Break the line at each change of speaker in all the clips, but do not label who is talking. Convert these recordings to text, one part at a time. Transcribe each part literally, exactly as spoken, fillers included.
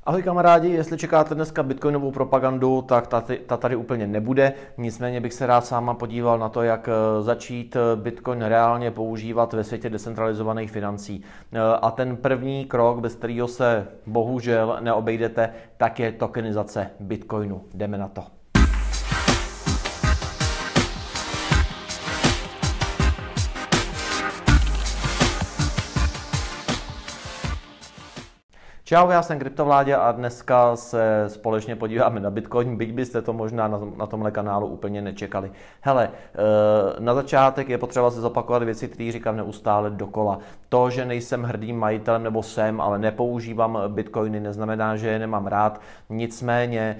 Ahoj kamarádi, jestli čekáte dneska bitcoinovou propagandu, tak ta, ta tady úplně nebude. Nicméně bych se rád s váma podíval na to, jak začít bitcoin reálně používat ve světě decentralizovaných financí. A ten první krok, bez kterého se bohužel neobejdete, tak je tokenizace bitcoinu. Jdeme na to. Čau, já jsem Kryptovládě a dneska se společně podíváme na Bitcoin, byť byste to možná na, na tomhle kanálu úplně nečekali. Hele, na začátek je potřeba se zopakovat věci, které říkám neustále dokola. To, že nejsem hrdým majitelem nebo jsem, ale nepoužívám Bitcoiny, neznamená, že je nemám rád. Nicméně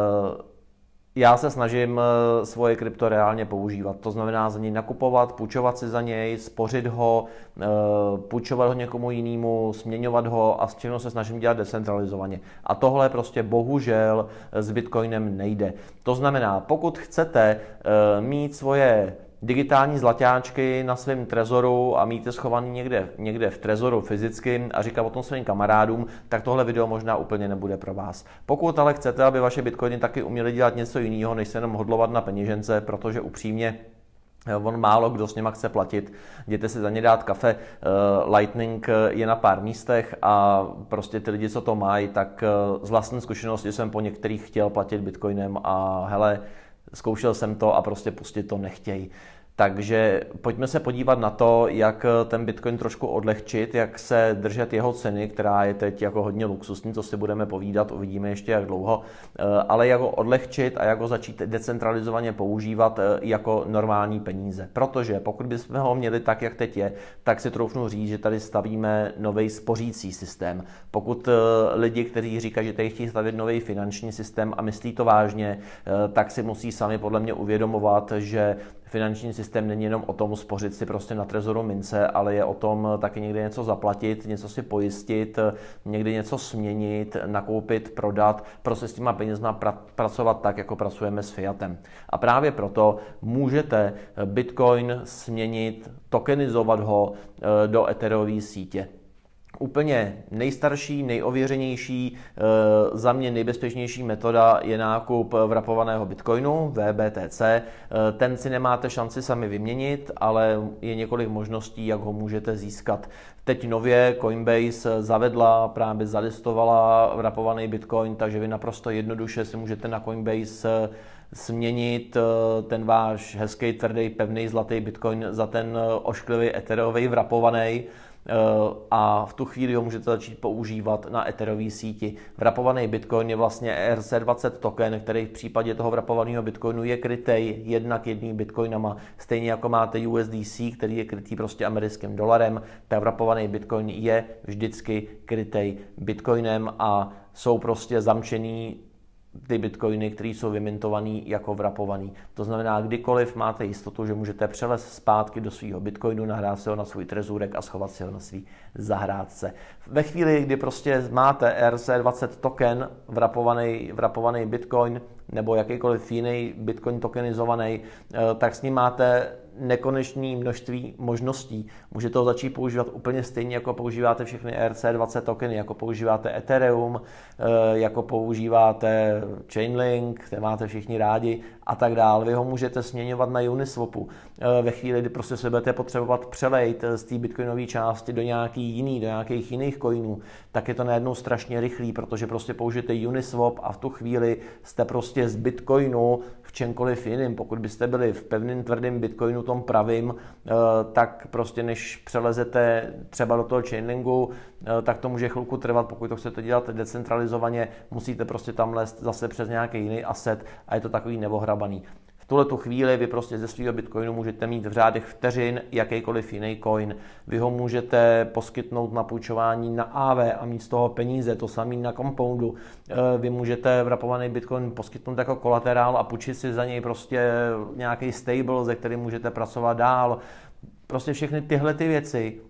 já se snažím svoje krypto reálně používat. To znamená za něj nakupovat, půjčovat si za něj, spořit ho, půjčovat ho někomu jinému, směňovat ho a všechno se snažím dělat decentralizovaně. A tohle prostě bohužel s Bitcoinem nejde. To znamená, pokud chcete mít svoje digitální zlaťáčky na svém trezoru a mít je schovaný někde, někde v trezoru fyzicky a říkat o tom svým kamarádům, tak tohle video možná úplně nebude pro vás. Pokud ale chcete, aby vaše bitcoiny taky uměly dělat něco jiného, než se jenom hodlovat na peněžence, protože upřímně on málo kdo s něma chce platit. Jděte si za ně dát kafe, Lightning je na pár místech a prostě ty lidi, co to mají, tak z vlastní zkušenosti jsem po některých chtěl platit bitcoinem a hele, zkoušel jsem to a prostě pustit to nechtějí. Takže pojďme se podívat na to, jak ten Bitcoin trošku odlehčit, jak se držet jeho ceny, která je teď jako hodně luxusní, co si budeme povídat, uvidíme ještě jak dlouho, ale jak ho odlehčit a jak ho začít decentralizovaně používat jako normální peníze. Protože pokud bychom ho měli tak, jak teď je, tak si troufnu říct, že tady stavíme nový spořící systém. Pokud lidi, kteří říkají, že tady chtějí stavit nový finanční systém a myslí to vážně, tak si musí sami podle mě uvědomovat, že finanční systém není jenom o tom spořit si prostě na trezoru mince, ale je o tom taky někde něco zaplatit, něco si pojistit, někdy něco směnit, nakoupit, prodat, prostě s těma penězma pra- pracovat tak, jako pracujeme s fiatem. A právě proto můžete Bitcoin směnit, tokenizovat ho do Ethereové sítě. Úplně nejstarší, nejověřenější, za mě nejbezpečnější metoda je nákup wrapovaného bitcoinu, V B T C. Ten si nemáte šanci sami vyměnit, ale je několik možností, jak ho můžete získat. Teď nově Coinbase zavedla, právě zalistovala wrapovaný bitcoin, takže vy naprosto jednoduše si můžete na Coinbase směnit ten váš hezký, tvrdý, pevný, zlatý bitcoin za ten ošklivý ethereový wrapovaný. A v tu chvíli ho můžete začít používat na Etherové síti. Wrapovaný bitcoin je vlastně E R C dvacet token, který v případě toho wrapovaného bitcoinu je krytej jednak jedným bitcoinama. Stejně jako máte U S D C, který je krytý prostě americkým dolarem, tak wrapovaný bitcoin je vždycky krytej bitcoinem a jsou prostě zamčený ty bitcoiny, které jsou vymintované jako wrapovaný. To znamená, kdykoliv máte jistotu, že můžete přelez zpátky do svého bitcoinu, nahrát si ho na svůj trezůrek a schovat si ho na svý zahrádce. Ve chvíli, kdy prostě máte E R C dvacet token, wrapovaný, wrapovaný bitcoin, nebo jakýkoliv jiný bitcoin tokenizovaný, tak s ním máte nekonečné množství možností. Můžete ho začít používat úplně stejně, jako používáte všechny E R C dvacet tokeny, jako používáte Ethereum, jako používáte Chainlink, které máte všichni rádi a tak dále. Vy ho můžete směňovat na Uniswapu. Ve chvíli, kdy prostě se budete potřebovat přelejt z té bitcoinové části do nějaký jiný, do nějakých jiných coinů, tak je to najednou strašně rychlý, protože prostě použijete Uniswap a v tu chvíli jste prostě z bitcoinu v čemkoliv jiným. Pokud byste byli v pevným tvrdým bitcoinu, tom pravým, tak prostě než přelezete třeba do toho Chainlingu, tak to může chvilku trvat. Pokud to chcete dělat decentralizovaně, musíte prostě tam lézt zase přes nějaký jiný asset a je to takový neohrabaný. V tuhle tu chvíli vy prostě ze svého bitcoinu můžete mít v řádech vteřin jakýkoliv jiný coin. Vy ho můžete poskytnout na půjčování na A V a mít z toho peníze, to samé na Compoundu. Vy můžete wrapovaný bitcoin poskytnout jako kolaterál a půjčit si za něj prostě nějaký stable, ze kterým můžete pracovat dál. Prostě všechny tyhle ty věci,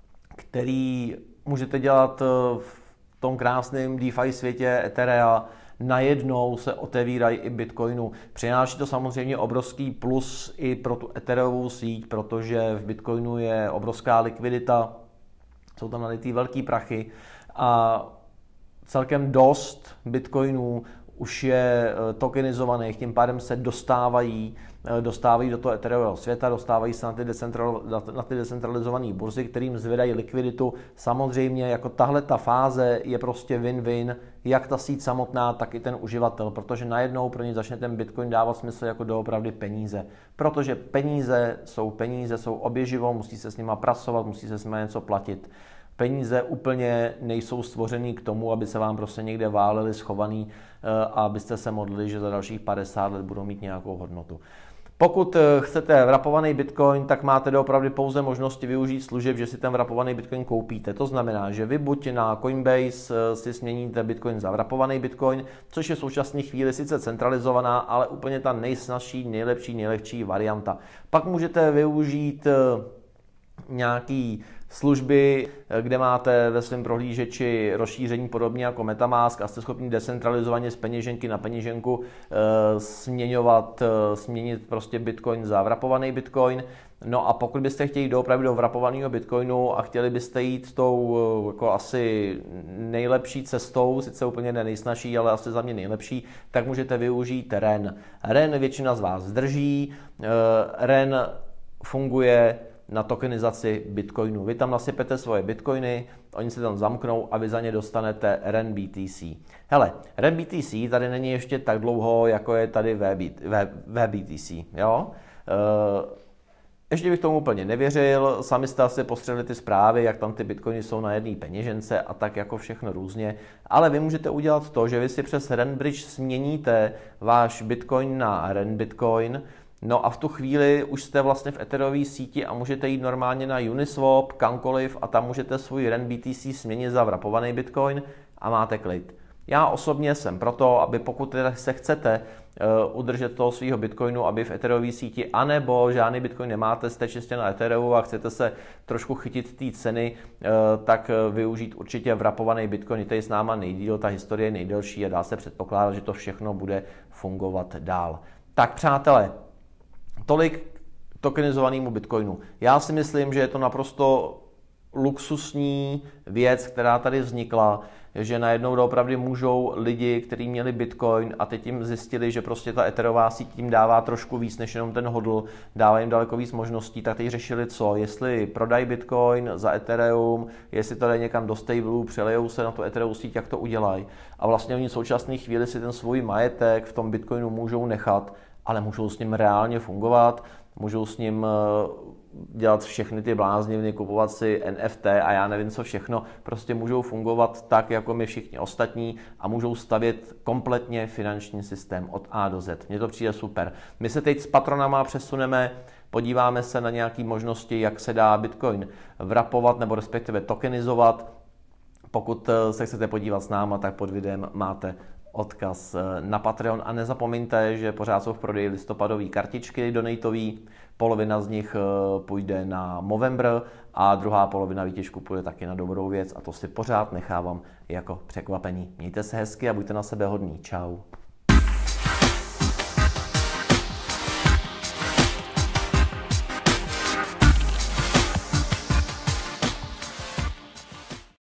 které můžete dělat v tom krásném DeFi světě Etherea, najednou se otevírají i Bitcoinu. Přináší to samozřejmě obrovský plus i pro tu Ethereovou síť, protože v Bitcoinu je obrovská likvidita, jsou tam nalitý velký prachy a celkem dost bitcoinů už je tokenizovaných, tím pádem se dostávají, dostávají do toho ethereového světa, dostávají se na ty, decentral, na ty decentralizované burzy, kterým zvedají likviditu. Samozřejmě jako tahle ta fáze je prostě win-win, jak ta síť samotná, tak i ten uživatel, protože najednou pro ně začne ten bitcoin dávat smysl jako doopravdy peníze. Protože peníze jsou peníze, jsou oběživo, musí se s nima pracovat, musí se s nimi něco platit. Peníze úplně nejsou stvořený k tomu, aby se vám prostě někde váleli schovaný a abyste se modlili, že za dalších padesát let budou mít nějakou hodnotu. Pokud chcete wrapovaný bitcoin, tak máte doopravdy pouze možnosti využít služeb, že si ten wrapovaný bitcoin koupíte. To znamená, že vy buď na Coinbase si směníte bitcoin za wrapovaný bitcoin, což je v současné chvíli sice centralizovaná, ale úplně ta nejsnažší, nejlepší, nejlehčí varianta. Pak můžete využít nějaký služby, kde máte ve svém prohlížeči rozšíření podobně jako MetaMask a jste schopni decentralizovaně z peněženky na peněženku e, směňovat, e, směnit prostě bitcoin za wrapovaný bitcoin. No a pokud byste chtěli doopravdy do wrapovaného bitcoinu a chtěli byste jít tou e, jako asi nejlepší cestou, sice úplně ne nejsnažší, ale asi za mě nejlepší, tak můžete využít R E N. R E N většina z vás drží, e, R E N funguje na tokenizaci bitcoinu. Vy tam nasypete svoje bitcoiny, oni se tam zamknou a vy za ně dostanete R E N B T C. Hele, R E N B T C tady není ještě tak dlouho, jako je tady V B T C. Jo? E, ještě bych tomu úplně nevěřil, sami jste asi postřehli ty zprávy, jak tam ty bitcoiny jsou na jedné peněžence a tak jako všechno různě, ale vy můžete udělat to, že vy si přes R E N Bridge směníte váš bitcoin na R E N Bitcoin. No a v tu chvíli už jste vlastně v Etherové síti a můžete jít normálně na Uniswap, kamkoliv a tam můžete svůj R E N B T C směnit za wrapovaný bitcoin a máte klid. Já osobně jsem proto, aby pokud se chcete uh, udržet toho svého bitcoinu, aby v Etherové síti, anebo žádný bitcoin nemáte, jste čistě na Ethereum a chcete se trošku chytit té ceny, uh, tak uh, využít určitě wrapovaný bitcoin, který je s náma nejdýl, ta historie je nejdelší a dá se předpokládat, že to všechno bude fungovat dál. Tak přátelé, tolik tokenizovanému bitcoinu. Já si myslím, že je to naprosto luxusní věc, která tady vznikla, že najednou doopravdy můžou lidi, kteří měli bitcoin a teď jim zjistili, že prostě ta etherová síť jim dává trošku víc než jenom ten hodl, dává jim daleko víc možností, tak teď řešili co, jestli prodají bitcoin za Ethereum, jestli to dají někam do stable, přelejou se na tu etherovou síť, jak to udělají. A vlastně oni v současné chvíli si ten svůj majetek v tom bitcoinu můžou nechat, ale můžou s ním reálně fungovat, můžou s ním dělat všechny ty blázniviny, kupovat si N F T a já nevím co všechno, prostě můžou fungovat tak, jako my všichni ostatní a můžou stavět kompletně finanční systém od A do Z. Mně to přijde super. My se teď s patronama přesuneme, podíváme se na nějaké možnosti, jak se dá Bitcoin wrapovat nebo respektive tokenizovat. Pokud se chcete podívat s náma, tak pod videem máte odkaz na Patreon a nezapomeňte, že pořád jsou v prodeji listopadové kartičky donatový, polovina z nich půjde na Movember a druhá polovina výtěžku půjde taky na dobrou věc a to si pořád nechávám jako překvapení. Mějte se hezky a buďte na sebe hodní. Čau.